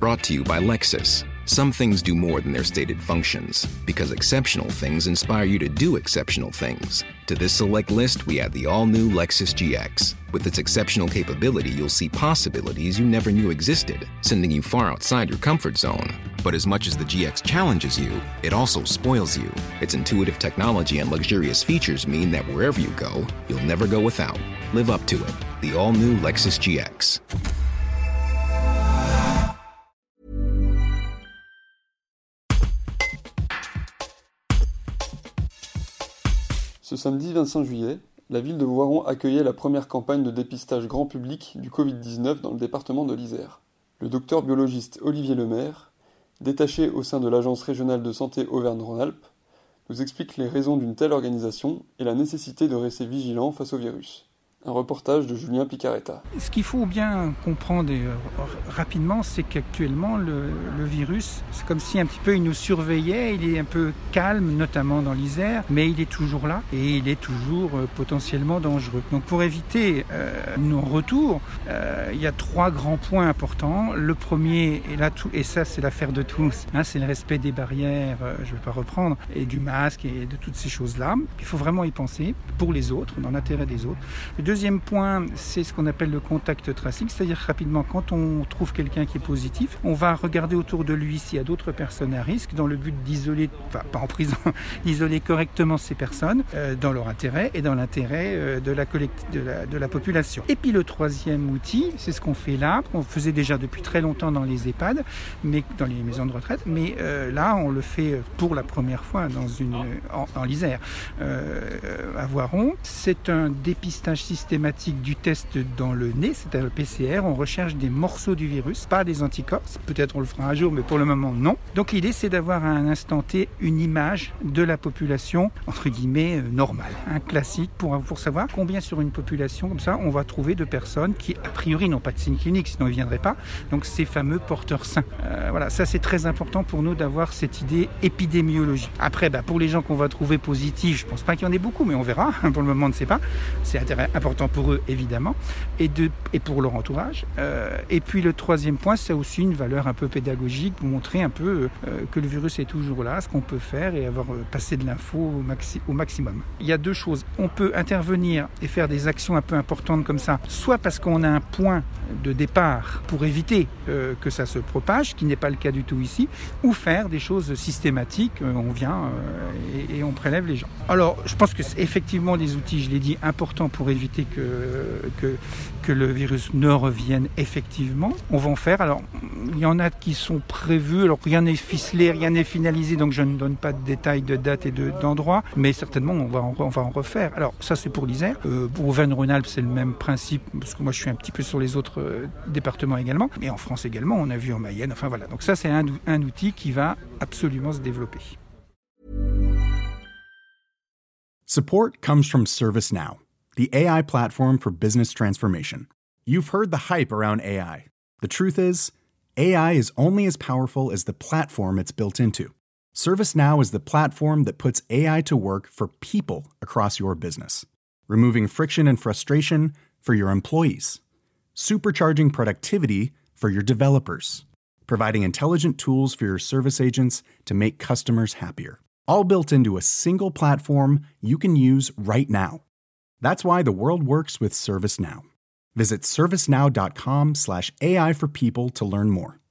Brought to you by Lexus. Some things do more than their stated functions, because exceptional things inspire you to do exceptional things. To this select list, we add the all-new Lexus GX. With its exceptional capability, you'll see possibilities you never knew existed, sending you far outside your comfort zone. But as much as the GX challenges you, it also spoils you. Its intuitive technology and luxurious features mean that wherever you go, you'll never go without. Live up to it. The all-new Lexus GX. Ce samedi 25 juillet, la ville de Voiron accueillait la première campagne de dépistage grand public du Covid-19 dans le département de l'Isère. Le docteur biologiste Olivier Lemaire, détaché au sein de l'Agence régionale de santé Auvergne-Rhône-Alpes, nous explique les raisons d'une telle organisation et la nécessité de rester vigilant face au virus. Un reportage de Julien Picaretta. Ce qu'il faut bien comprendre rapidement, c'est qu'actuellement, le virus, c'est comme si un petit peu il nous surveillait, il est un peu calme, notamment dans l'Isère, mais il est toujours là et il est toujours potentiellement dangereux. Donc pour éviter nos retours, il y a 3 grands points importants. Le premier, et ça c'est l'affaire de tous, c'est le respect des barrières, je ne vais pas reprendre, et du masque et de toutes ces choses-là. Il faut vraiment y penser pour les autres, dans l'intérêt des autres. Le deuxième point, c'est ce qu'on appelle le contact tracing, c'est-à-dire rapidement, quand on trouve quelqu'un qui est positif, on va regarder autour de lui s'il y a d'autres personnes à risque, dans le but d'isoler, pas en prison, d'isoler correctement ces personnes, dans leur intérêt et dans l'intérêt de la population. Et puis le troisième outil, c'est ce qu'on fait là, qu'on faisait déjà depuis très longtemps dans les EHPAD, mais dans les maisons de retraite, mais là on le fait pour la première fois dans l'Isère, à Voiron. C'est un dépistage systématique du test dans le nez, c'est-à-dire le PCR. On recherche des morceaux du virus, pas des anticorps. Peut-être on le fera un jour, mais pour le moment, non. Donc l'idée, c'est d'avoir à un instant T une image de la population, entre guillemets, normale, classique, pour savoir combien sur une population, comme ça, on va trouver de personnes qui, a priori, n'ont pas de signes cliniques, sinon ils ne viendraient pas. Donc ces fameux porteurs sains. Voilà, ça c'est très important pour nous d'avoir cette idée épidémiologique. Après, pour les gens qu'on va trouver positifs, je ne pense pas qu'il y en ait beaucoup, mais on verra. Pour le moment, on ne sait pas. C'est important pour eux évidemment et pour leur entourage. Et puis le troisième point, c'est aussi une valeur un peu pédagogique pour montrer un peu que le virus est toujours là, ce qu'on peut faire et avoir passé de l'info au maximum. Il y a 2 choses. On peut intervenir et faire des actions un peu importantes comme ça, soit parce qu'on a un point de départ pour éviter que ça se propage, ce qui n'est pas le cas du tout ici, ou faire des choses systématiques. On vient et on prélève les gens. Alors, je pense que c'est effectivement des outils, je l'ai dit, importants pour éviter que le virus ne revienne effectivement. On va en faire. Alors, il y en a qui sont prévus. Alors, rien n'est ficelé, rien n'est finalisé, donc je ne donne pas de détails de date et d'endroit, mais certainement, on va en refaire. Alors, ça, c'est pour l'Isère. Pour Auvergne-Rhône-Alpes, c'est le même principe, parce que moi, je suis un petit peu sur les autres départements également, mais en France également, on a vu en Mayenne. Enfin, voilà. Donc ça, c'est un outil qui va absolument se développer. Support comes from ServiceNow, the AI platform for business transformation. You've heard the hype around AI. The truth is, AI is only as powerful as the platform it's built into. ServiceNow is the platform that puts AI to work for people across your business, removing friction and frustration for your employees, supercharging productivity for your developers, providing intelligent tools for your service agents to make customers happier. All built into a single platform you can use right now. That's why the world works with ServiceNow. Visit servicenow.com/AI for people to learn more.